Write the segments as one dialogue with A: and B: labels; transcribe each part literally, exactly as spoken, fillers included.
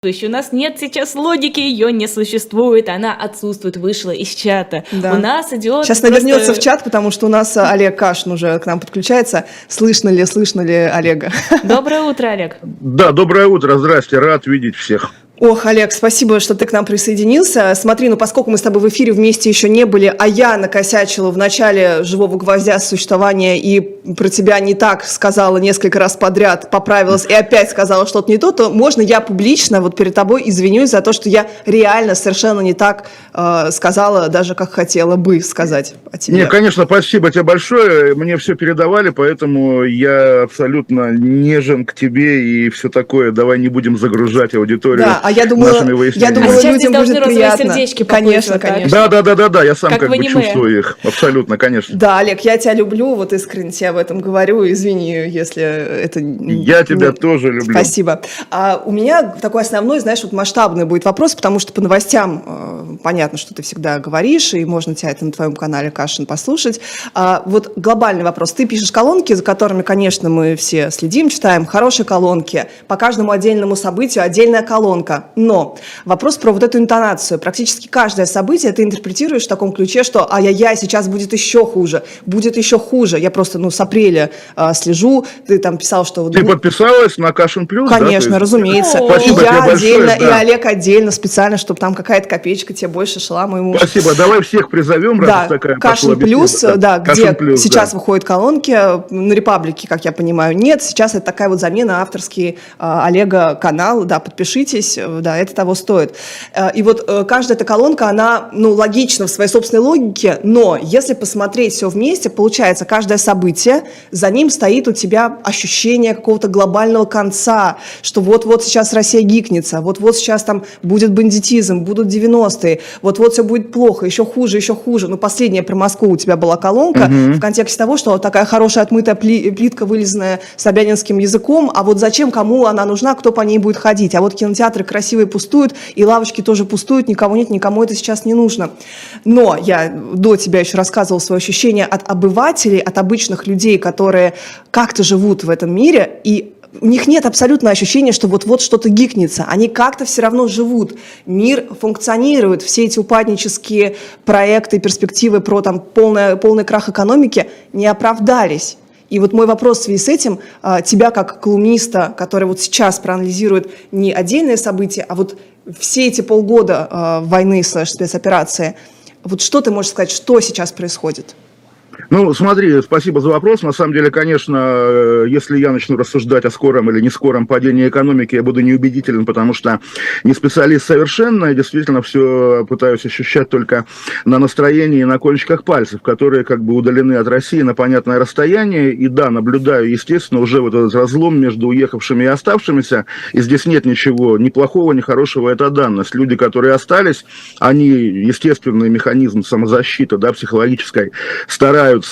A: У нас нет сейчас логики, ее не существует, она отсутствует, вышла из чата.
B: Да.
A: У нас идет.
B: Сейчас
A: просто...
B: навернется в чат, потому что у нас Олег Кашин уже к нам подключается. Слышно ли, слышно ли Олега?
A: Доброе утро, Олег.
C: Да, доброе утро, здрасте, рад видеть всех.
B: Ох, Олег, спасибо, что ты к нам присоединился. Смотри, ну поскольку мы с тобой в эфире вместе еще не были, а я накосячила в начале «Живого гвоздя» существования и про тебя не так сказала несколько раз подряд, поправилась и опять сказала что-то не то, то можно я публично вот перед тобой извинюсь за то, что я реально совершенно не так э, сказала, даже как хотела бы сказать о тебе.
C: Не, конечно, спасибо тебе большое. Мне все передавали, поэтому я абсолютно нежен к тебе и все такое. Давай не будем загружать аудиторию.
B: Да, а я думала, я думала,
A: а
B: людям будет приятно. Конечно,
A: так?
B: конечно.
C: Да, да, да, да, да. Я сам
A: как,
C: как бы
A: аниме.
C: чувствую их. Абсолютно, конечно.
B: Да, Олег, я тебя люблю, вот искренне тебе об этом говорю. Извини, если это.
C: Я тебя
B: ну,
C: тоже люблю.
B: Спасибо. А у меня такой основной, знаешь, вот масштабный будет вопрос, потому что по новостям э, понятно, что ты всегда говоришь, и можно тебя это на твоем канале Кашин послушать. А, вот глобальный вопрос. Ты пишешь колонки, за которыми, конечно, мы все следим, читаем. Хорошие колонки. По каждому отдельному событию отдельная колонка. Но вопрос про вот эту интонацию. Практически каждое событие ты интерпретируешь в таком ключе, что ай-яй-яй, сейчас будет еще хуже, будет еще хуже. Я просто, ну, с апреля э, слежу. Ты там писал, что...
C: Ты подписалась на Кашин Плюс?
B: Конечно,
C: да?
B: разумеется.
C: Спасибо
B: и я
C: тебе
B: отдельно,
C: большое, да.
B: и Олег отдельно, специально, чтобы там какая-то копеечка тебе больше шла моему...
C: Спасибо. Давай всех призовем, раз
B: Да,
C: такая
B: Кашин Плюс,
C: беседа,
B: да,
C: Кашин
B: где
C: Плюс,
B: сейчас
C: да.
B: выходят колонки, на Репаблике, как я понимаю, нет. Сейчас это такая вот замена авторский э, Олега канал, да, подпишитесь, да, это того стоит. Э, и вот э, каждая эта колонка, она, ну, логична в своей собственной логике, но если посмотреть все вместе, получается, каждое событие, за ним стоит у тебя ощущение какого-то глобального конца, что вот-вот сейчас Россия гикнется, вот-вот сейчас там будет бандитизм, будут девяностые, вот-вот все будет плохо, еще хуже, еще хуже. Ну, последняя про Москву у тебя была колонка
C: Угу.
B: в контексте того, что такая хорошая отмытая пли- плитка, вылизанная собянинским языком, а вот зачем, кому она нужна, кто по ней будет ходить? А вот кинотеатры красивые пустуют, и лавочки тоже пустуют, никого нет, никому это сейчас не нужно. Но я до тебя еще рассказывала свое ощущение от обывателей, от обычных людей, которые как-то живут в этом мире, и у них нет абсолютно ощущения, что вот-вот что-то гикнется. Они как-то все равно живут. Мир функционирует. Все эти упаднические проекты, перспективы про там, полный, полный крах экономики не оправдались. И вот мой вопрос в связи с этим, тебя как колумниста, который вот сейчас проанализирует не отдельные события, а вот все эти полгода войны слэш-спецоперации, вот что ты можешь сказать, что сейчас происходит?
C: Ну, смотри, спасибо за вопрос. На самом деле, конечно, если я начну рассуждать о скором или не скором падении экономики, я буду неубедителен, потому что не специалист совершенно, и действительно все пытаюсь ощущать только на настроении и на кончиках пальцев, которые как бы удалены от России на понятное расстояние. И да, наблюдаю, естественно, уже вот этот разлом между уехавшими и оставшимися, и здесь нет ничего ни плохого, ни хорошего, это данность. Люди, которые остались, они, естественный механизм самозащиты, да, психологической, стараются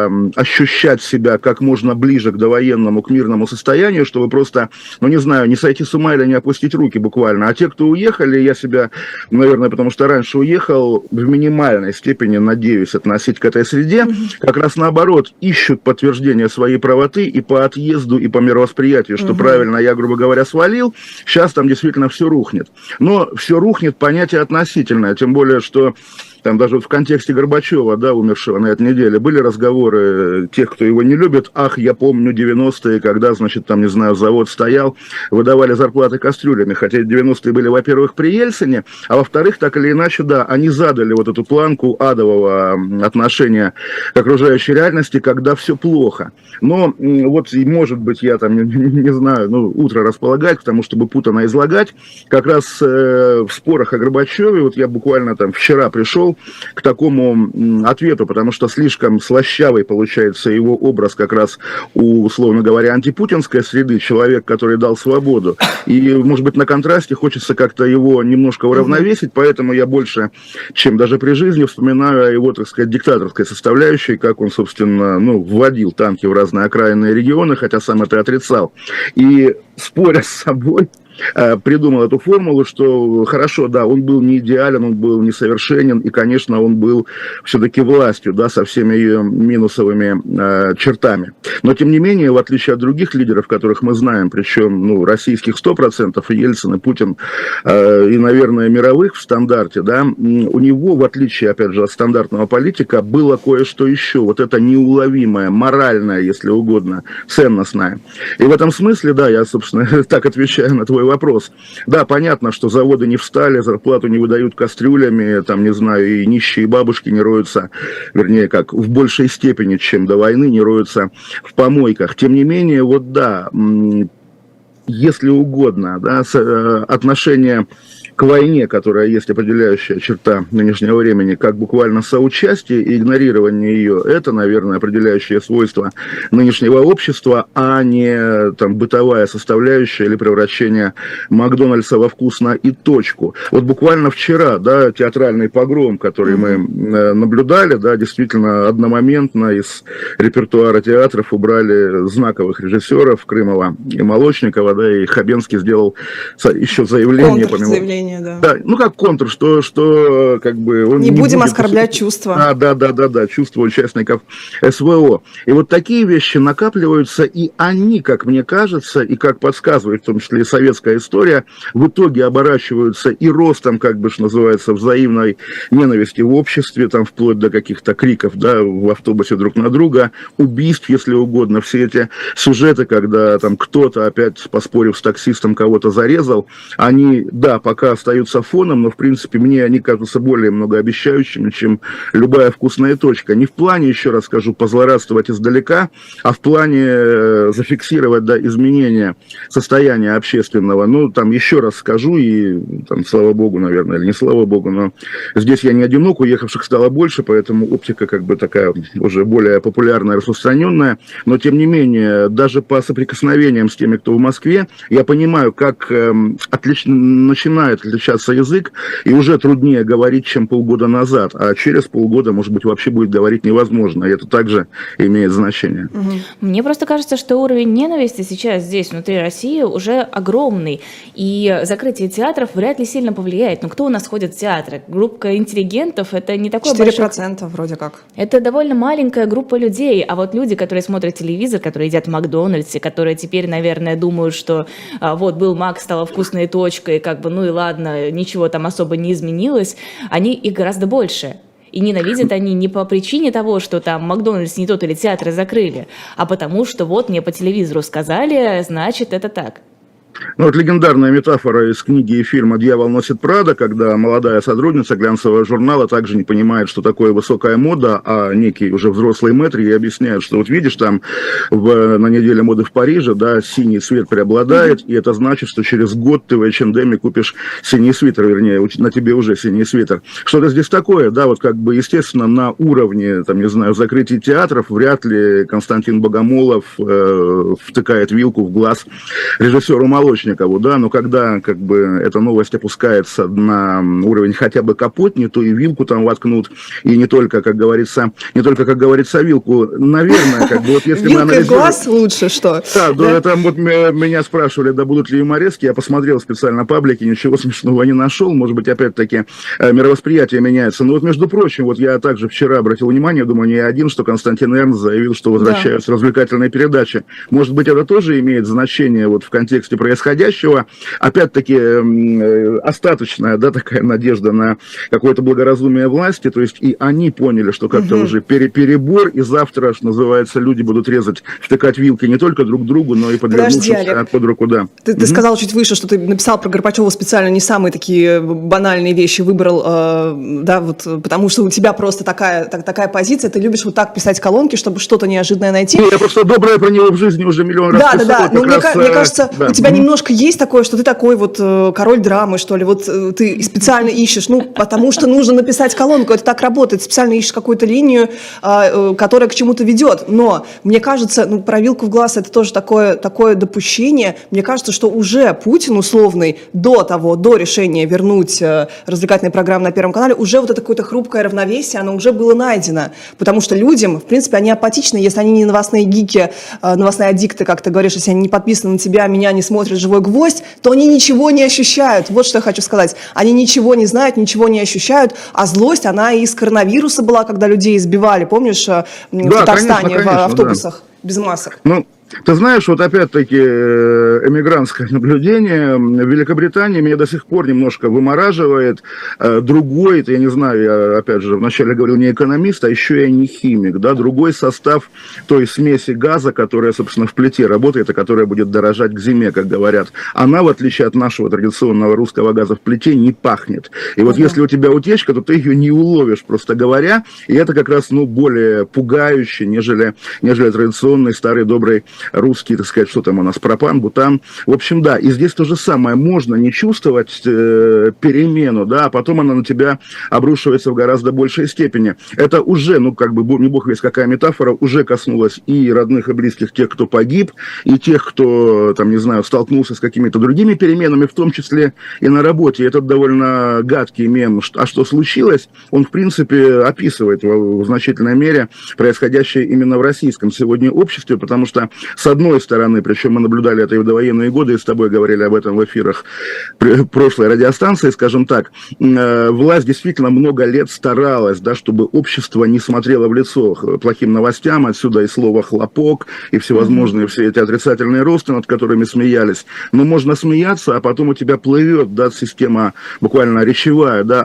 C: ощущать себя как можно ближе к довоенному, к мирному состоянию, чтобы просто, ну не знаю, не сойти с ума или не опустить руки буквально. А те, кто уехали, я себя, наверное, потому что раньше уехал, в минимальной степени надеюсь относить к этой среде, как раз наоборот, ищут подтверждение своей правоты и по отъезду, и по мировосприятию, что правильно я, грубо говоря, свалил, сейчас там действительно все рухнет. Но все рухнет, понятие относительное, тем более, что там даже вот в контексте Горбачева, да, умершего на этой неделе, были разговоры тех, кто его не любит. Ах, я помню девяностые, когда, значит, там, не знаю, завод стоял, выдавали зарплаты кастрюлями. Хотя девяностые были, во-первых, при Ельцине, а во-вторых, так или иначе, да, они задали вот эту планку адового отношения к окружающей реальности, когда все плохо. Но вот, может быть, я там, не, не знаю, ну, утро располагать к тому, чтобы путано излагать. Как раз э, в спорах о Горбачеве, вот я буквально там вчера пришел к такому ответу, потому что слишком слащавый получается его образ как раз у, условно говоря, антипутинской среды, человек, который дал свободу. И, может быть, на контрасте хочется как-то его немножко уравновесить, поэтому я больше, чем даже при жизни, вспоминаю о его, так сказать, диктаторской составляющей, как он, собственно, ну, вводил танки в разные окраинные регионы, хотя сам это отрицал. И споря с собой, э, придумал эту формулу, что хорошо, да, он был не идеален, он был несовершенен, и, конечно, он был все-таки властью, да, со всеми ее минусовыми э, чертами. Но, тем не менее, в отличие от других лидеров, которых мы знаем, причем, ну, российских сто процентов, и Ельцин, и Путин, э, и, наверное, мировых в стандарте, да, у него, в отличие, опять же, от стандартного политика, было кое-что еще, вот это неуловимое, моральное, если угодно, ценностное. И в этом смысле, да, я, собственно, так отвечаю на твой вопрос. Да, понятно, что заводы не встали, зарплату не выдают кастрюлями, там, не знаю, и нищие бабушки не роются, вернее, как в большей степени, чем до войны, не роются в помойках. Тем не менее, вот да, если угодно, да, отношение к войне, которая есть определяющая черта нынешнего времени, как буквально соучастие и игнорирование ее, это, наверное, определяющее свойство нынешнего общества, а не там бытовая составляющая или превращение Макдональдса во вкусно и точку. Вот буквально вчера, да, театральный погром, который мы наблюдали, да, действительно одномоментно из репертуара театров убрали знаковых режиссеров Крымова и Молочникова, да, и Хабенский сделал еще заявление, помимо...
B: Да.
C: Да, ну как контр, что, что как бы... Он
B: не, не будем
C: будет
B: оскорблять чувства.
C: А, да, да, да, да, чувства участников СВО. И вот такие вещи накапливаются, и они, как мне кажется, и как подсказывает, в том числе и советская история, в итоге оборачиваются и ростом, как бы, что называется, взаимной ненависти в обществе, там, вплоть до каких-то криков, да, в автобусе друг на друга, убийств, если угодно. Все эти сюжеты, когда там кто-то, опять поспорив с таксистом, кого-то зарезал, они, да, пока остаются фоном, но, в принципе, мне они кажутся более многообещающими, чем любая вкусная точка. Не в плане, еще раз скажу, позлорадствовать издалека, а в плане зафиксировать, да, изменения состояния общественного. Ну, там, еще раз скажу, и, там, слава богу, наверное, или не слава богу, но здесь я не одинок, уехавших стало больше, поэтому оптика, как бы, такая уже более популярная, распространенная, но, тем не менее, даже по соприкосновениям с теми, кто в Москве, я понимаю, как э, отлично начинает отличаться язык, и уже труднее говорить, чем полгода назад, а через полгода, может быть, вообще будет говорить невозможно, и это также имеет значение.
A: Мне просто кажется, что уровень ненависти сейчас здесь, внутри России, уже огромный, и закрытие театров вряд ли сильно повлияет. Но кто у нас ходит в театры? Группа интеллигентов — это не такое большое...
B: четыре процента вроде как.
A: Это довольно маленькая группа людей, а вот люди, которые смотрят телевизор, которые едят в Макдональдсе, которые теперь, наверное, думают, что а, вот был Мак, стала вкусной точкой, как бы, ну и ладно, ничего там особо не изменилось, они их гораздо больше. И ненавидят они не по причине того, что там Макдональдс не тот или театры закрыли, а потому что вот мне по телевизору сказали, значит, это так.
C: Ну, вот легендарная метафора из книги и фильма «Дьявол носит Прада», когда молодая сотрудница глянцевого журнала также не понимает, что такое высокая мода, а некий уже взрослый мэтр ей объясняет, что вот видишь, там в, на неделе моды в Париже, да, синий цвет преобладает, mm-hmm. и это значит, что через год ты в эйч энд эм купишь синий свитер, вернее, на тебе уже синий свитер. Что-то здесь такое, да, вот как бы, естественно, на уровне, там, не знаю, закрытия театров вряд ли Константин Богомолов э, втыкает вилку в глаз режиссеру Молочникову, да, но когда, как бы, эта новость опускается на уровень хотя бы капотни, то и вилку там воткнут, и не только, как говорится, не только, как говорится, вилку, наверное, как бы, вот если мы анализируем...
B: глаз лучше, что?
C: Да, да, там вот меня спрашивали, да, будут ли юморески, я посмотрел специально паблики, ничего смешного не нашел, может быть, опять-таки, мировосприятие меняется, но вот, между прочим, вот я также вчера обратил внимание, думаю, не один, что Константин Эрнст заявил, что возвращаются да. развлекательные передачи, может быть, это тоже имеет значение вот в контексте происходящего, опять-таки э, остаточная, да, такая надежда на какое-то благоразумие власти, то есть и они поняли, что как-то угу. уже пере перебор, и завтра, что называется, люди будут резать, втыкать вилки не только друг другу, но и подвернувшись под руку, да.
B: Ты, угу. ты сказал чуть выше, что ты написал про Горбачева специально не самые такие банальные вещи выбрал, э, да, вот, потому что у тебя просто такая, так, такая позиция, ты любишь вот так писать колонки, чтобы что-то неожиданное найти.
C: Ну, я просто доброе про него в жизни уже миллион раз
B: да,
C: писал.
B: Да, да, да, мне,
C: раз,
B: мне кажется,
C: да.
B: у тебя немножко есть такое, что ты такой вот э, король драмы, что ли, вот э, ты специально ищешь, ну, потому что нужно написать колонку, это так работает, специально ищешь какую-то линию, э, э, которая к чему-то ведет, но мне кажется, ну, про вилку в глаз это тоже такое, такое допущение, мне кажется, что уже Путин условный до того, до решения вернуть э, развлекательные программы на Первом канале, уже вот это какое-то хрупкое равновесие, оно уже было найдено, потому что людям, в принципе, они апатичны, если они не новостные гики, э, новостные аддикты, как ты говоришь, если они не подписаны на тебя, меня не смотрят смотрят «Живой гвоздь», то они ничего не ощущают. Вот что я хочу сказать. Они ничего не знают, ничего не ощущают, а злость, она из коронавируса была, когда людей избивали, помнишь, в
C: Да,
B: Татарстане,
C: конечно,
B: в
C: конечно,
B: автобусах без масок.
C: Ну, ты знаешь, вот опять-таки э, эмигрантское наблюдение в Великобритании меня до сих пор немножко вымораживает. Э, Другой, это я не знаю, я опять же вначале говорил не экономист, а еще я не химик, да, другой состав той смеси газа, которая, собственно, в плите работает, и которая будет дорожать к зиме, как говорят. Она, в отличие от нашего традиционного русского газа в плите, не пахнет. И вот
B: Мгм.
C: если у тебя утечка, то ты ее не уловишь, просто говоря, и это как раз, ну, более пугающе, нежели, нежели традиционный старый добрый русский, так сказать, что там у нас, пропан, бутан. В общем, да, и здесь то же самое. Можно не чувствовать э, перемену, да, а потом она на тебя обрушивается в гораздо большей степени. Это уже, ну, как бы, не бог весть какая метафора, уже коснулось и родных, и близких, тех, кто погиб, и тех, кто, там, не знаю, столкнулся с какими-то другими переменами, в том числе и на работе. Этот довольно гадкий мем «А что случилось?», он, в принципе, описывает в, в значительной мере происходящее именно в российском сегодня обществе, потому что с одной стороны, причем мы наблюдали это и в довоенные годы, и с тобой говорили об этом в эфирах прошлой радиостанции, скажем так, власть действительно много лет старалась, да, чтобы общество не смотрело в лицо плохим новостям, отсюда и слово «хлопок», и всевозможные mm-hmm. все эти отрицательные росты, над которыми смеялись. Но можно смеяться, а потом у тебя плывет, да, система буквально речевая, да,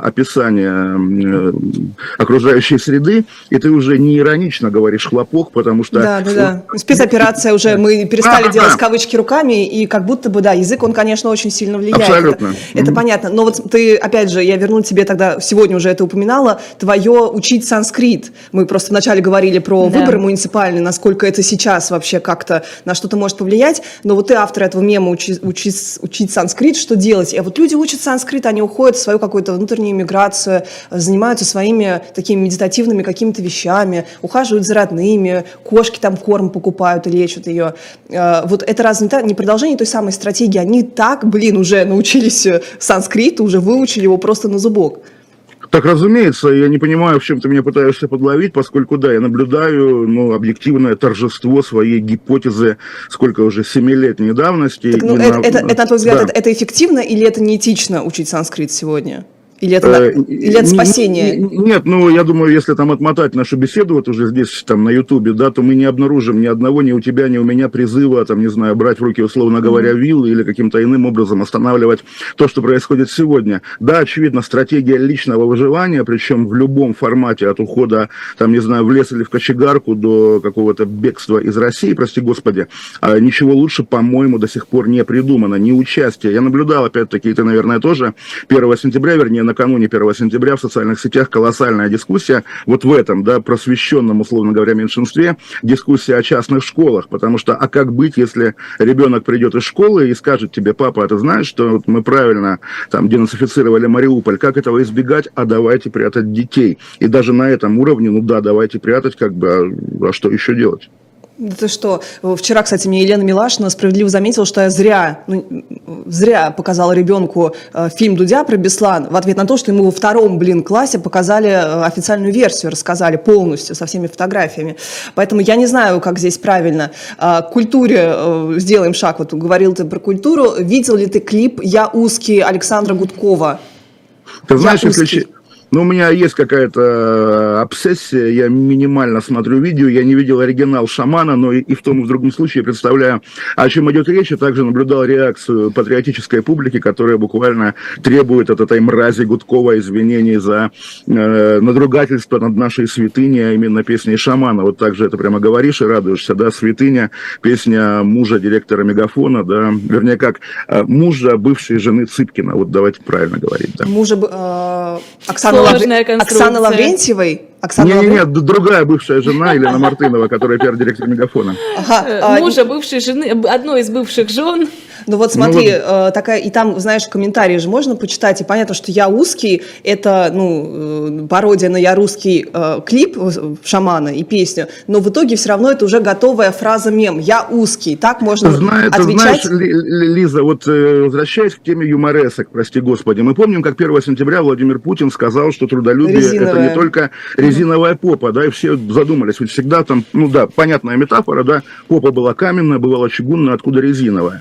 C: описание окружающей среды, и ты уже не иронично говоришь «хлопок», потому что...
B: Да, да, да. Спецоперация уже, мы перестали а, делать а, кавычки руками, и как будто бы, да, язык, он, конечно, очень сильно влияет.
C: Абсолютно.
B: Это, это mm-hmm. понятно. Но вот ты, опять же, я верну тебе тогда, сегодня уже это упоминала, твое учить санскрит. Мы просто вначале говорили про да. выборы муниципальные, насколько это сейчас вообще как-то на что-то может повлиять. Но вот ты, автор этого мема, учи, учи, учить санскрит, что делать? А вот люди учат санскрит, они уходят в свою какую-то внутреннюю миграцию, занимаются своими такими медитативными какими-то вещами, ухаживают за родными, кошки там корм покупают и лечат ее. Вот это разве не, так, не продолжение той самой стратегии? Они так, блин, уже научились санскриту, уже выучили его просто на зубок.
C: Так, разумеется, я не понимаю, в чем ты меня пытаешься подловить, поскольку, да, я наблюдаю, ну, объективное торжество своей гипотезы, сколько уже, семилетней давности.
B: Так, ну, это,
C: на...
B: это, это, на твой взгляд,
C: да.
B: это, это эффективно или это неэтично учить санскрит сегодня? Или это, э, или это спасение?
C: Нет, ну, я думаю, если там отмотать нашу беседу вот уже здесь, там, на Ютубе, да, то мы не обнаружим ни одного, ни у тебя, ни у меня призыва, там, не знаю, брать в руки, условно говоря, виллы или каким-то иным образом останавливать то, что происходит сегодня. Да, очевидно, стратегия личного выживания, причем в любом формате, от ухода, там, не знаю, в лес или в кочегарку до какого-то бегства из России, прости господи, ничего лучше, по-моему, до сих пор не придумано, ни участие. Я наблюдал, опять-таки, ты, наверное, тоже, первого сентября, вернее, накануне первого сентября в социальных сетях колоссальная дискуссия вот в этом, да, просвещенном, условно говоря, меньшинстве, дискуссия о частных школах, потому что, а как быть, если ребенок придет из школы и скажет тебе: папа, а ты знаешь, что мы правильно там денацифицировали Мариуполь, как этого избегать, а давайте прятать детей. И даже на этом уровне, ну да, давайте прятать, как бы, а, а что еще делать?
B: Да ты что? Вчера, кстати, мне Елена Милашина справедливо заметила, что я зря, ну, зря показала ребенку э, фильм Дудя про Беслан в ответ на то, что ему во втором, блин, классе показали э, официальную версию, рассказали полностью, со всеми фотографиями. Поэтому я не знаю, как здесь правильно. Э, к культуре э, сделаем шаг. Вот говорил ты про культуру. Видел ли ты клип «Я узкий» Александра Гудкова?
C: Ты знаешь, если... Ну, у меня есть какая-то обсессия, я минимально смотрю видео, я не видел оригинал «Шамана», но и в том и в другом случае представляю, о чем идет речь, и также наблюдал реакцию патриотической публики, которая буквально требует от этой мрази Гудкова извинений за э, надругательство над нашей святыней, а именно песней «Шамана». Вот так же это прямо говоришь и радуешься, да, «Святыня», песня мужа директора Мегафона, да, вернее, как э, мужа бывшей жены Цыпкина, вот давайте правильно говорить, да.
B: Мужа э, Оксана
A: Сложная конструкция.
B: Оксаны Лаврентьевой?
C: Нет, нет, нет, другая бывшая жена, Елена Мартынова, которая пиар-директор Мегафона.
A: Ага, мужа бывшей жены, одной из бывших жен.
B: Ну вот смотри, ну, вот. такая, и там, знаешь, комментарии же можно почитать, и понятно, что «Я узкий» — это, ну, пародия на «Я русский» э, клип «Шамана» и песню, но в итоге все равно это уже готовая фраза-мем «Я узкий», так можно
C: Знаешь,
B: отвечать?
C: Ты знаешь, Лиза, вот возвращаясь к теме юморесок, прости господи, мы помним, как первого сентября Владимир Путин сказал, что трудолюбие — это не только резиновая попа, да, и все задумались, ведь всегда там, ну да, понятная метафора, да, попа была каменная, бывала чугунная, откуда резиновая. Вот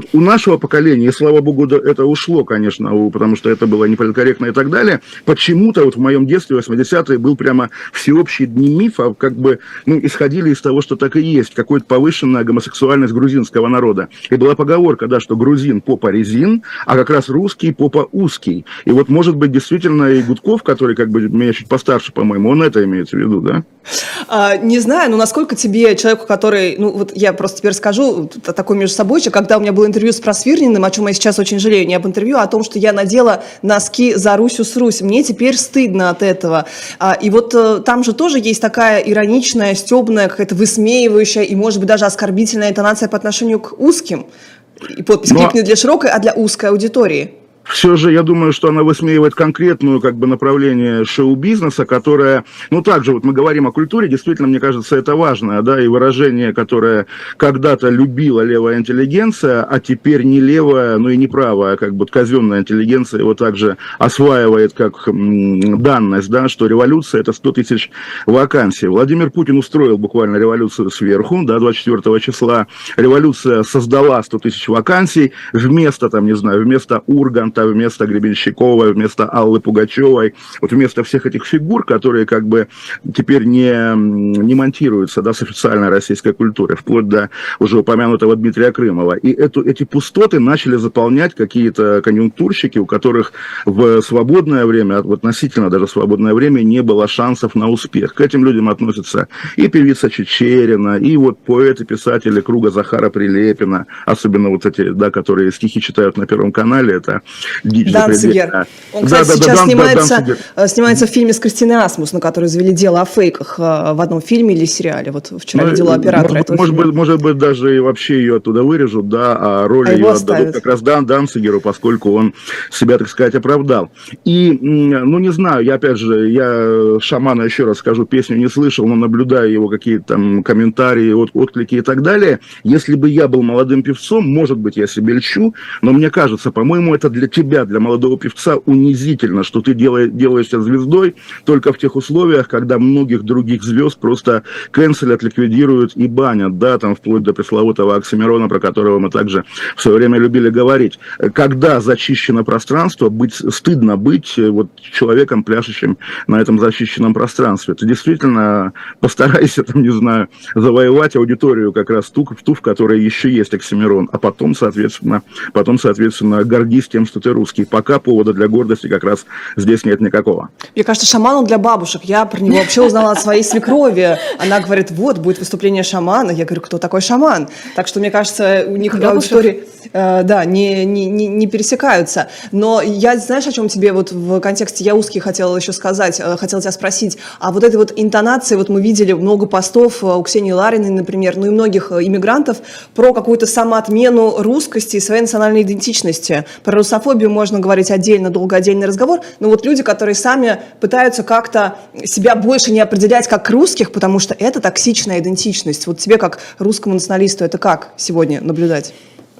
C: вот у нашего поколения, и слава богу, это ушло, конечно, потому что это было неполиткорректно и так далее, почему-то вот в моем детстве, восьмидесятые, был прямо всеобщий не миф, а как бы, ну, исходили из того, что так и есть, какая-то повышенная гомосексуальность грузинского народа. И была поговорка, да, что грузин попа резин, а как раз русский попа узкий. И вот, может быть, действительно и Гудков, который как бы меня чуть постарше, по-моему, он это имеется в виду, да?
B: А, не знаю, но насколько тебе, человеку, который, ну вот я просто теперь скажу такой между собой, когда у меня было интервью с Просвирниным, о чем я сейчас очень жалею, не об интервью, а о том, что я надела носки за Русю с Русь. Мне теперь стыдно от этого. А, и вот а, там же тоже есть такая ироничная, стебная, какая-то высмеивающая и, может быть, даже оскорбительная интонация по отношению к узким. И подпись
C: Но...
B: «Клип не для широкой, а для узкой аудитории».
C: Все же, я думаю, что она высмеивает конкретную как бы направление шоу-бизнеса, которое, ну, также вот мы говорим о культуре, действительно, мне кажется, это важно, да, и выражение, которое когда-то любила левая интеллигенция, а теперь не левая, ну и не правая, как бы казенная интеллигенция его также осваивает как м, данность, да, что революция – это сто тысяч вакансий. Владимир Путин устроил буквально революцию сверху, да, двадцать четвёртого числа. Революция создала сто тысяч вакансий вместо, там, не знаю, вместо Урганта, вместо Гребенщикова, вместо Аллы Пугачевой, вот вместо всех этих фигур, которые как бы теперь не, не монтируются, да, с официальной российской культуры, вплоть до уже упомянутого Дмитрия Крымова. И эту, эти пустоты начали заполнять какие-то конъюнктурщики, у которых в свободное время, в относительно даже свободное время, не было шансов на успех. К этим людям относятся и певица Чичерина, и вот поэты, писатели круга Захара Прилепина, особенно вот эти, да, которые стихи читают на Первом канале, это дичь.
B: Данцигер. Он, кстати, да, да, сейчас да, снимается, да, снимается в фильме с Кристиной Асмус, на которой завели дело о фейках в одном фильме или сериале. Вот вчера ну, видела оператора
C: может, может быть, может быть, даже и вообще ее оттуда вырежут, да, а роль а ее отдадут как раз Дан Данцигеру, поскольку он себя, так сказать, оправдал. И, ну, не знаю, я опять же, я Шамана, еще раз скажу, песню не слышал, но наблюдаю его какие-то там комментарии, от, отклики и так далее. Если бы я был молодым певцом, может быть, я себе льчу, но мне кажется, по-моему, это для тебя, для молодого певца, унизительно, что ты делаешь, делаешься звездой только в тех условиях, когда многих других звезд просто кэнселят, ликвидируют и банят, да, там вплоть до пресловутого Оксимирона, про которого мы также в свое время любили говорить. Когда зачищено пространство, быть, стыдно быть вот человеком, пляшущим на этом зачищенном пространстве. Ты действительно постарайся, там, не знаю, завоевать аудиторию как раз ту, ту, в которой еще есть Оксимирон, а потом, соответственно, потом, соответственно, гордись тем, что ты русский. Пока повода для гордости как раз здесь нет никакого.
B: Мне кажется, шаман для бабушек. Я про него вообще узнала от своей свекрови. Она говорит, вот, будет выступление шамана. Я говорю, кто такой шаман? Так что, мне кажется, у них аудитории э, да, не, не, не, не пересекаются. Но я, знаешь, о чем тебе вот в контексте «Я узкий» хотела еще сказать, э, хотела тебя спросить. А вот этой вот интонации, вот мы видели много постов у Ксении Лариной, например, ну и многих иммигрантов про какую-то самоотмену русскости и своей национальной идентичности. Про русофобию можно говорить отдельно, долго отдельный разговор, но вот люди, которые сами пытаются как-то себя больше не определять как русских, потому что это токсичная идентичность. Вот тебе, как русскому националисту, это как сегодня наблюдать?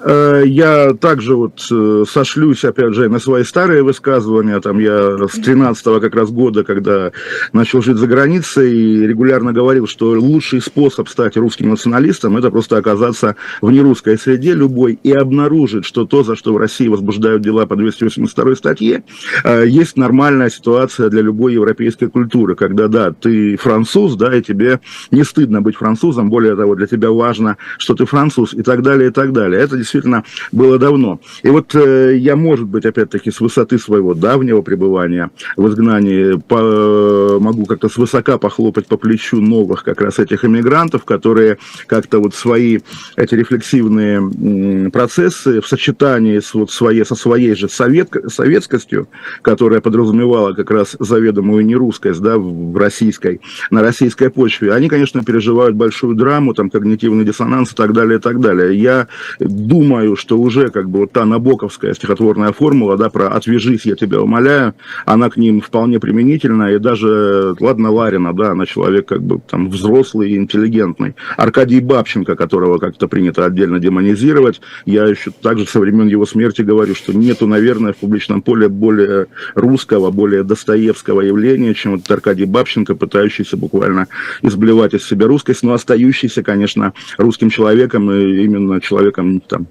C: Я также вот сошлюсь, опять же, на свои старые высказывания. Там я с тринадцатого как раз года, когда начал жить за границей, и регулярно говорил, что лучший способ стать русским националистом – это просто оказаться в нерусской среде любой и обнаружить, что то, за что в России возбуждают дела по двести восемьдесят второй статье, есть нормальная ситуация для любой европейской культуры, когда, да, ты француз, да, и тебе не стыдно быть французом, более того, для тебя важно, что ты француз, и так далее, и так далее. Это действительно было давно. И вот э, я, может быть, опять-таки, с высоты своего давнего пребывания в изгнании по, могу как-то свысока похлопать по плечу новых как раз этих иммигрантов, которые как-то вот свои эти рефлексивные м, процессы в сочетании с, вот, своей, со своей же совет, советскостью, которая подразумевала как раз заведомую нерусскость, да, в российской, на российской почве, они, конечно, переживают большую драму, там, когнитивный диссонанс и так далее, и так далее. Я думаю, Думаю, что уже как бы вот та набоковская стихотворная формула, да, про «отвяжись, я тебя умоляю», она к ним вполне применительна, и даже, ладно, Ларина, да, она человек как бы там взрослый и интеллигентный. Аркадий Бабченко, которого как-то принято отдельно демонизировать, я еще также со времен его смерти говорю, что нету, наверное, в публичном поле более русского, более достоевского явления, чем вот Аркадий Бабченко, пытающийся буквально изблевать из себя русскость, но остающийся, конечно, русским человеком и именно человеком там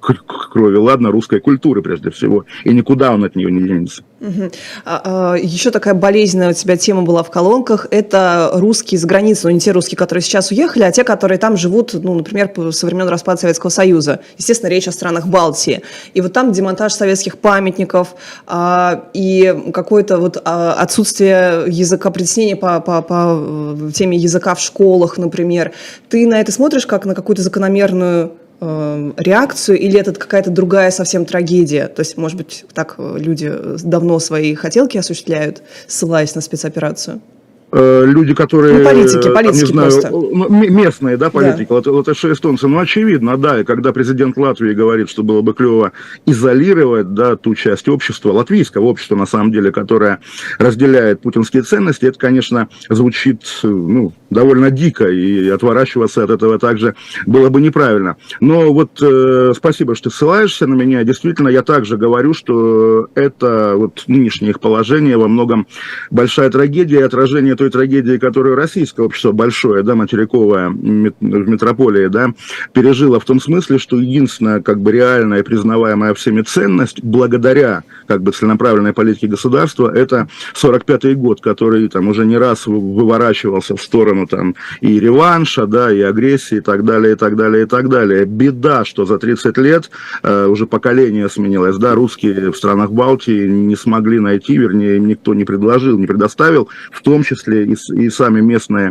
C: крови, ладно, русской культуры прежде всего, и никуда он от нее не денется.
B: Угу. А, а, еще такая болезненная у тебя тема была в колонках, это русские за границей, но не те русские, которые сейчас уехали, а те, которые там живут, ну, например, со времен распада Советского Союза. Естественно, речь о странах Балтии. И вот там демонтаж советских памятников а, и какое-то вот а, отсутствие языка, притеснения по, по, по теме языка в школах, например. Ты на это смотришь как на какую-то закономерную реакцию, или это какая-то другая совсем трагедия? То есть, может быть, так люди давно свои хотелки осуществляют, ссылаясь на спецоперацию?
C: Люди, которые,
B: ну, политики, политики
C: не знаю,
B: просто.
C: местные, да, политики, да. латыши, эстонцы, ну, очевидно, да, и когда президент Латвии говорит, что было бы клево изолировать, да, ту часть общества, латвийского общества, на самом деле, которая разделяет путинские ценности, это, конечно, звучит, ну, довольно дико, и отворачиваться от этого также было бы неправильно. Но вот э, спасибо, что ты ссылаешься на меня, действительно, я также говорю, что это вот нынешнее их положение во многом большая трагедия, отражение той трагедии, которую российское общество большое, да, материковое в метрополии, да, пережило в том смысле, что единственная, как бы, реальная и признаваемая всеми ценность, благодаря, как бы, целенаправленной политике государства, это сорок пятый год, который там уже не раз выворачивался в сторону там и реванша, да, и агрессии, и так далее, и так далее, и так далее. Беда, что за тридцать лет э, уже поколение сменилось, да, русские в странах Балтии не смогли найти, вернее, им никто не предложил, не предоставил, в том числе И, и сами местные,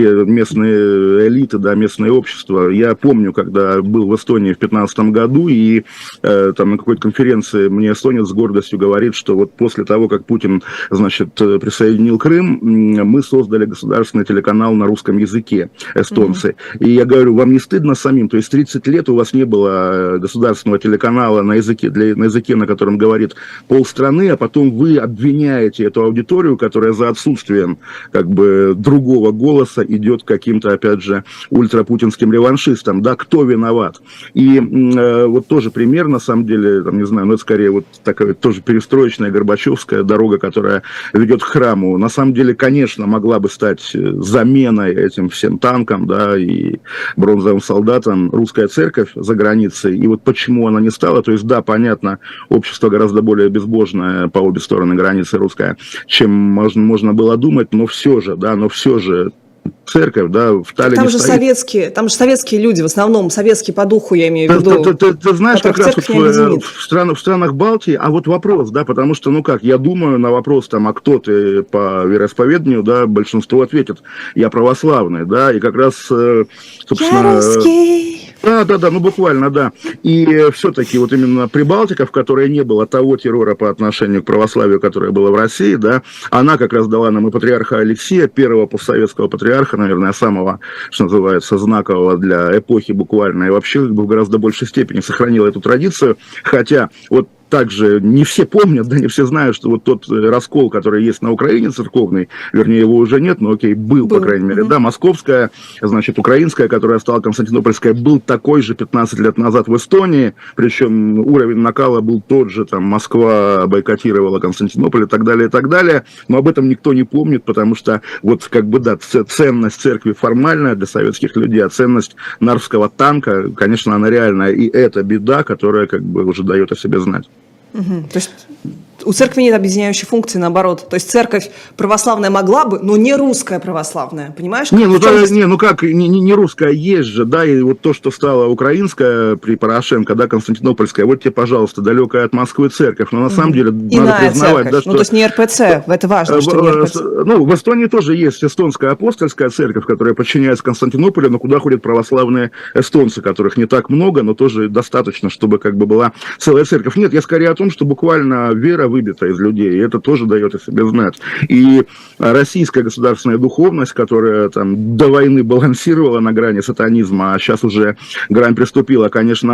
C: местные элиты, да, местное общество. Я помню, когда был в Эстонии в две тысячи пятнадцатом году, и э, там на какой-то конференции мне эстонец с гордостью говорит, что вот после того, как Путин, значит, присоединил Крым, мы создали государственный телеканал на русском языке, эстонцы. Mm-hmm. И я говорю, вам не стыдно самим? То есть тридцать лет у вас не было государственного телеканала на языке, для, на языке, на котором говорит полстраны, а потом вы обвиняете эту аудиторию, которая за отсутствием как бы другого голоса идет каким-то, опять же, ультрапутинским реваншистам. Да, кто виноват? И э, вот тоже пример, на самом деле, там, не знаю, ну это скорее вот такая тоже перестроечная горбачевская дорога, которая ведет к храму. На самом деле, конечно, могла бы стать заменой этим всем танкам, да, и бронзовым солдатам русская церковь за границей. И вот почему она не стала, то есть, да, понятно, общество гораздо более безбожное по обе стороны границы русское, чем можно, можно было думать, но все же, да, но все же церковь, да, в Таллине
B: там же
C: стоит.
B: советские, там же советские люди, в основном советские по духу, я имею в виду.
C: Ты, ты, ты, ты знаешь, как раз вот в, в, странах, в странах Балтии, а вот вопрос, да, потому что, ну как, я думаю, на вопрос, там, а кто ты по вероисповеданию, да, большинство ответит, я православный, да, и как раз, собственно...
B: Я русский.
C: Да, да, да, ну буквально, да. И все-таки вот именно Прибалтика, в которой не было того террора по отношению к православию, которое было в России, да, она как раз дала нам и патриарха Алексия, первого постсоветского патриарха, наверное, самого, что называется, знакового для эпохи буквально, и вообще в гораздо большей степени сохранила эту традицию, хотя вот также не все помнят, да, не все знают, что вот тот раскол, который есть на Украине церковный, вернее, его уже нет, но окей, был, был. по крайней мере, mm-hmm. да, московская, значит, украинская, которая стала константинопольская, был такой же пятнадцать лет назад в Эстонии, причем уровень накала был тот же, там, Москва бойкотировала Константинополь и так далее, и так далее, но об этом никто не помнит, потому что вот, как бы, да, ценность церкви формальная для советских людей, а ценность нарвского танка, конечно, она реальная, и это беда, которая, как бы, уже дает о себе знать.
B: Угу. То есть у церкви нет объединяющей функции, наоборот. То есть церковь православная могла бы, но не русская православная, понимаешь?
C: Не, ну, да, не, ну как, не, не, не русская, есть же, да, и вот то, что стало украинская при Порошенко, да, константинопольская, вот тебе, пожалуйста, далекая от Москвы церковь, но на угу. самом деле
B: Иная
C: надо признавать,
B: церковь.
C: да, что...
B: Ну, то есть не эр пэ цэ, это важно, что не эр пэ цэ.
C: Ну, в Эстонии тоже есть эстонская апостольская церковь, которая подчиняется Константинополю, но куда ходят православные эстонцы, которых не так много, но тоже достаточно, чтобы как бы была целая церковь. Нет, я скорее о том, что буквально вера выбита из людей, и это тоже дает о себе знать. И российская государственная духовность, которая там до войны балансировала на грани сатанизма, а сейчас уже грань приступила, конечно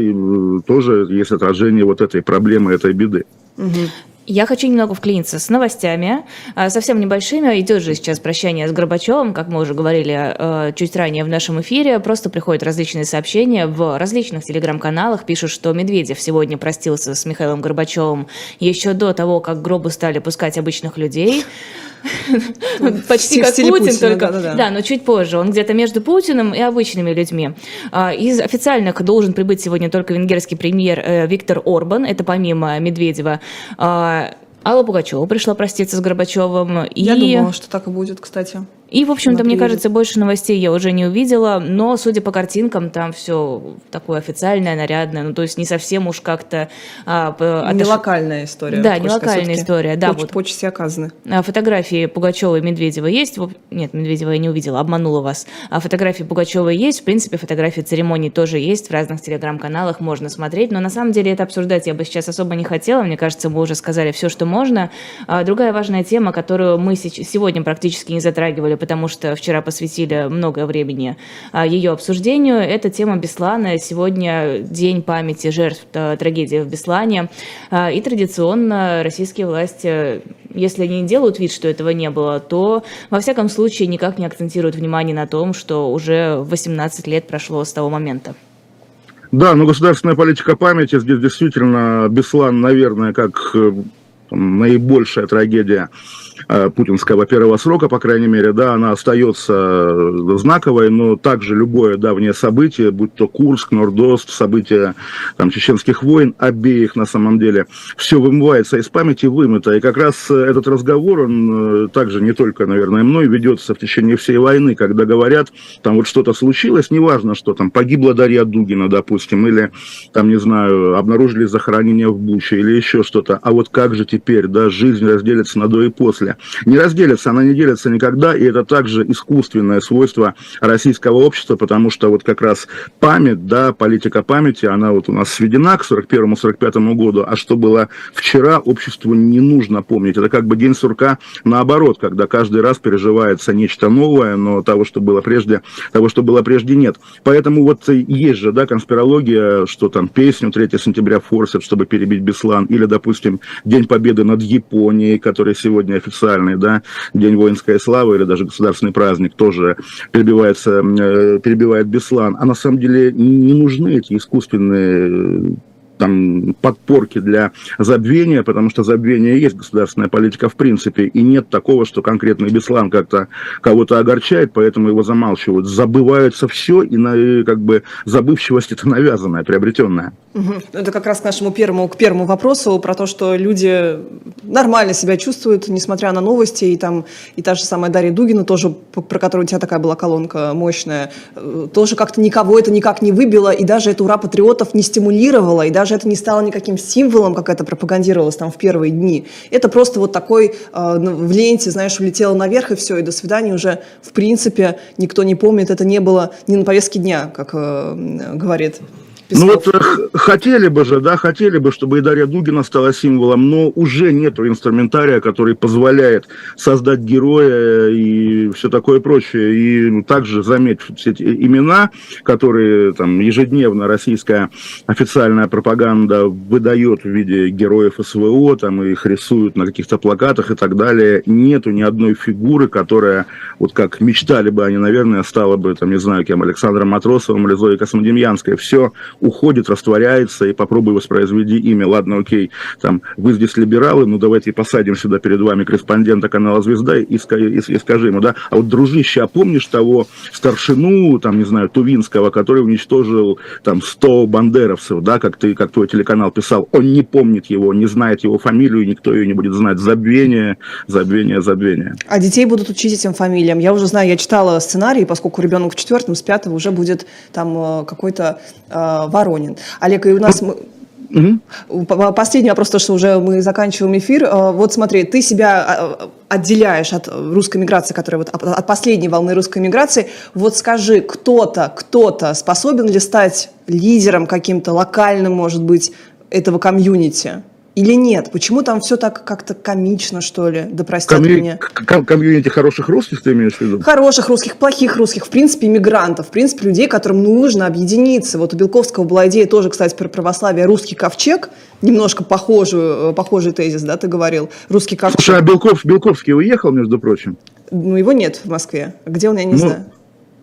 C: же, тоже есть отражение вот этой проблемы, этой беды.
B: Угу.
A: Я хочу немного вклиниться с новостями, совсем небольшими. Идет же сейчас прощание с Горбачевым, как мы уже говорили чуть ранее в нашем эфире. Просто приходят различные сообщения в различных телеграм-каналах. Пишут, что Медведев сегодня простился с Михаилом Горбачевым еще до того, как к гробу стали пускать обычных людей. Почти
B: В
A: как
B: стиле
A: Путин,
B: Путина,
A: только
B: да-да-да.
A: да, но чуть позже. Он где-то между Путиным и обычными людьми. А, Из официальных должен прибыть сегодня только венгерский премьер э, Виктор Орбан, это помимо Медведева. А, Алла Пугачева пришла проститься с Горбачевым.
B: Я
A: и...
B: думала, что так и будет, кстати.
A: И, в общем-то,
B: Она
A: мне
B: приедет.
A: кажется, больше новостей я уже не увидела, но, судя по картинкам, там все такое официальное, нарядное, ну, то есть не совсем уж как-то... А, п-
B: Не
A: отош-
B: локальная история.
A: Да,
B: хочешь
A: не
B: сказать,
A: локальная
B: всё-таки
A: история, да,
B: поч-
A: вот.
B: Почести оказаны.
A: А, Фотографии Пугачева и Медведева есть? В- Нет, Медведева я не увидела, обманула вас. А фотографии Пугачева есть, в принципе, фотографии церемоний тоже есть, в разных телеграм-каналах можно смотреть, но на самом деле это обсуждать я бы сейчас особо не хотела, мне кажется, мы уже сказали все, что можно. А другая важная тема, которую мы сеч- сегодня практически не затрагивали, потому что вчера посвятили много времени а, ее обсуждению, это тема Беслана. Сегодня день памяти жертв а, трагедии в Беслане, а, и традиционно российские власти, если они делают вид, что этого не было, то, во всяком случае, никак не акцентируют внимание на том, что уже восемнадцать лет прошло с того момента.
C: Да, но государственная политика памяти здесь действительно Беслан, наверное, как э, там, наибольшая трагедия э, путинского первого срока, по крайней мере, да, она остается знаковой, но также любое давнее событие, будь то Курск, Нордост, события там, чеченских войн, обеих на самом деле, все вымывается из памяти, вымыто. И как раз этот разговор, он э, также не только, наверное, мной ведется в течение всей войны, когда говорят, там вот что-то случилось, неважно, что там погибла Дарья Дугина, допустим, или там, не знаю, обнаружили захоронение в Буче или еще что-то, а вот как же теперь, да, жизнь разделится на до и после. Не разделится, она не делится никогда, и это также искусственное свойство российского общества, потому что вот как раз память, да, политика памяти, она вот у нас сведена к сорок первому — сорок пятому году, а что было вчера, обществу не нужно помнить. Это как бы день сурка наоборот, когда каждый раз переживается нечто новое, но того, что было прежде, того, что было прежде, нет. Поэтому вот есть же, да, конспирология, что там песню третьего сентября форсят, чтобы перебить Беслан, или, допустим, День Победы над Японией, который сегодня официальный, да, День воинской славы, или даже государственный праздник, тоже перебивается, перебивает Беслан. А на самом деле не нужны эти искусственные там, подпорки для забвения, потому что забвение есть государственная политика в принципе, и нет такого, что конкретный Беслан как-то кого-то огорчает, поэтому его замалчивают. Забывается все, и, на, и как бы забывчивость это навязанная, приобретенная.
B: Угу. Это как раз к нашему первому, к первому вопросу про то, что люди нормально себя чувствуют, несмотря на новости, и там и та же самая Дарья Дугина, тоже, про которую у тебя такая была колонка мощная, тоже как-то никого это никак не выбило, и даже это ура патриотов не стимулировало, и даже это не стало никаким символом, как это пропагандировалось там в первые дни. Это просто вот такой э, в ленте, знаешь, улетело наверх, и все, и до свидания уже, в принципе, никто не помнит, это не было ни на повестке дня, как э, говорит Песков.
C: Ну вот х- хотели бы же, да, хотели бы, чтобы и Дарья Дугина стала символом, но уже нету инструментария, который позволяет создать героя и все такое прочее. И также, заметь, все эти имена, которые там ежедневно российская официальная пропаганда выдает в виде героев СВО, там их рисуют на каких-то плакатах и так далее, нету ни одной фигуры, которая, вот как мечтали бы они, наверное, стала бы, там, не знаю, кем, Александром Матросовым или Зоей Космодемьянской. Все уходит, растворяется, и попробуй воспроизведи имя. Ладно, окей, там, вы здесь либералы, ну давайте посадим сюда перед вами корреспондента канала «Звезда» и, и, и скажи ему, да, а вот, дружище, а помнишь того старшину, там, не знаю, Тувинского, который уничтожил, там, сто бандеровцев, да, как ты, как твой телеканал писал, он не помнит его, не знает его фамилию, никто ее не будет знать. Забвение, забвение, забвение.
B: А детей будут учить этим фамилиям. Я уже знаю, я читала сценарий, поскольку ребенок в четвертом, с пятого уже будет там какой-то э, Воронин. Олег, и у нас... Угу. Последний вопрос, то, что уже мы заканчиваем эфир. Вот смотри, ты себя отделяешь от русской миграции, которая вот от последней волны русской миграции. Вот скажи, кто-то, кто-то способен ли стать лидером каким-то локальным, может быть, этого комьюнити? Или нет? Почему там все так как-то комично, что ли? Да простят
C: Комью...
B: меня.
C: Ком- комьюнити хороших русских ты имеешь в виду?
B: Хороших русских, плохих русских, в принципе, иммигрантов, в принципе, людей, которым нужно объединиться. Вот у Белковского была идея тоже, кстати, про православие, русский ковчег, немножко похожую, похожий тезис, да, ты говорил, русский ковчег.
C: Слушай, а Белков, Белковский уехал, между прочим?
B: Ну, его нет в Москве. Где он, я не
C: ну...
B: знаю.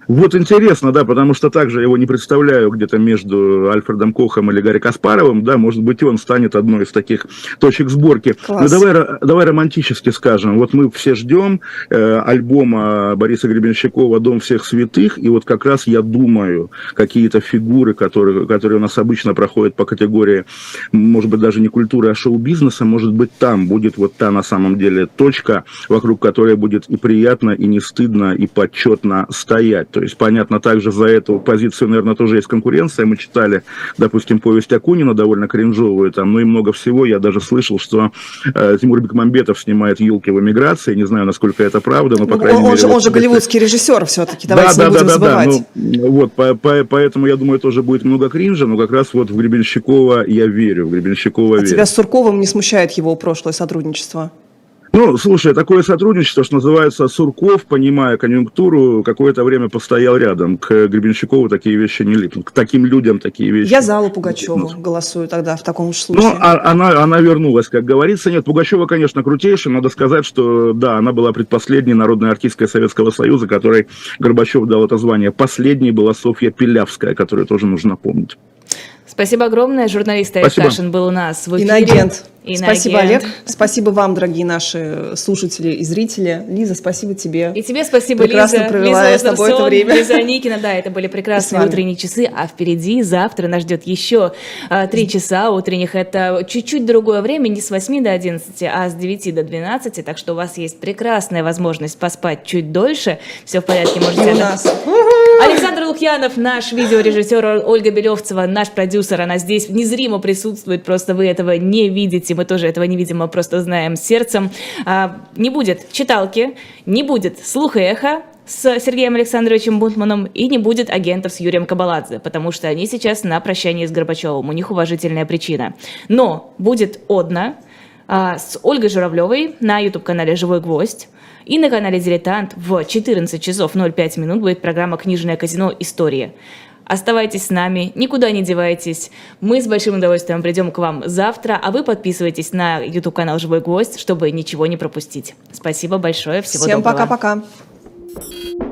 C: Вот интересно, да, потому что также его не представляю где-то между Альфредом Кохом или Гарри Каспаровым, да, может быть, и он станет одной из таких точек сборки.
B: Класс.
C: Но давай, давай романтически скажем, вот мы все ждем э, альбома Бориса Гребенщикова «Дом всех святых», и вот как раз я думаю, какие-то фигуры, которые, которые у нас обычно проходят по категории, может быть, даже не культуры, а шоу-бизнеса, может быть, там будет вот та, на самом деле, точка, вокруг которой будет и приятно, и не стыдно, и почетно стоять. То есть, понятно, также за эту позицию, наверное, тоже есть конкуренция. Мы читали, допустим, повесть Акунина, довольно кринжовую, там, ну и много всего. Я даже слышал, что э, Тимур Бекмамбетов снимает «Елки в эмиграции». Не знаю, насколько это правда, но, по
B: Ну,
C: крайней
B: он,
C: мере...
B: он, же,
C: вот,
B: он же голливудский режиссер все-таки, давайте
C: да,
B: не
C: да,
B: будем
C: да,
B: забывать.
C: Да, ну, вот, по, по, поэтому, я думаю, тоже будет много кринжа, но как раз вот в Гребенщикова я верю, в Гребенщикова
B: А
C: верю.
B: тебя с Сурковым не смущает его прошлое сотрудничество?
C: Ну, слушай, такое сотрудничество, что называется, Сурков, понимая конъюнктуру, какое-то время постоял рядом. К Гребенщикову такие вещи не липнут. К таким людям такие вещи.
B: Я за Аллу Пугачеву голосую тогда в таком же случае.
C: Ну, а, она, она вернулась, как говорится. Нет, Пугачева, конечно, крутейшая. Надо сказать, что, да, она была предпоследней народной артисткой Советского Союза, которой Горбачев дал это звание. Последней была Софья Пилявская, которую тоже нужно помнить.
A: Спасибо огромное. Журналист Олег
C: Спасибо.
A: Кашин был у нас в эфире.
B: Иноагент.
A: Иноагент.
B: Спасибо, Олег. Спасибо вам, дорогие наши слушатели и зрители. Лиза, спасибо тебе.
A: И тебе спасибо,
B: Прекрасно
A: Лиза.
B: провела
A: Лиза
B: я с тобой это
A: Лазарсон,
B: время.
A: Лиза Аникина. Да, это были прекрасные утренние часы. А впереди завтра нас ждет еще а, три часа утренних. Это чуть-чуть другое время, не с восьми до одиннадцати, а с девяти до двенадцати. Так что у вас есть прекрасная возможность поспать чуть дольше. Все в порядке, можете...
B: И у
A: отдохнуть.
B: нас.
A: Александр Лукьянов, наш видеорежиссер, Ольга Белевцева, наш продюсер, она здесь незримо присутствует, просто вы этого не видите, мы тоже этого не видим, мы просто знаем сердцем. А, не будет читалки, не будет слуха и эхо с Сергеем Александровичем Бунтманом и не будет агентов с Юрием Кабаладзе, потому что они сейчас на прощании с Горбачевым, у них уважительная причина. Но будет одна а, с Ольгой Журавлевой на YouTube-канале «Живой гвоздь». И на канале «Дилетант» в четырнадцать часов ноль пять минут будет программа «Книжное казино. История». Оставайтесь с нами, никуда не девайтесь. Мы с большим удовольствием придем к вам завтра, а вы подписывайтесь на YouTube-канал «Живой гвоздь», чтобы ничего не пропустить. Спасибо большое, всего
B: Всем
A: доброго.
B: пока-пока.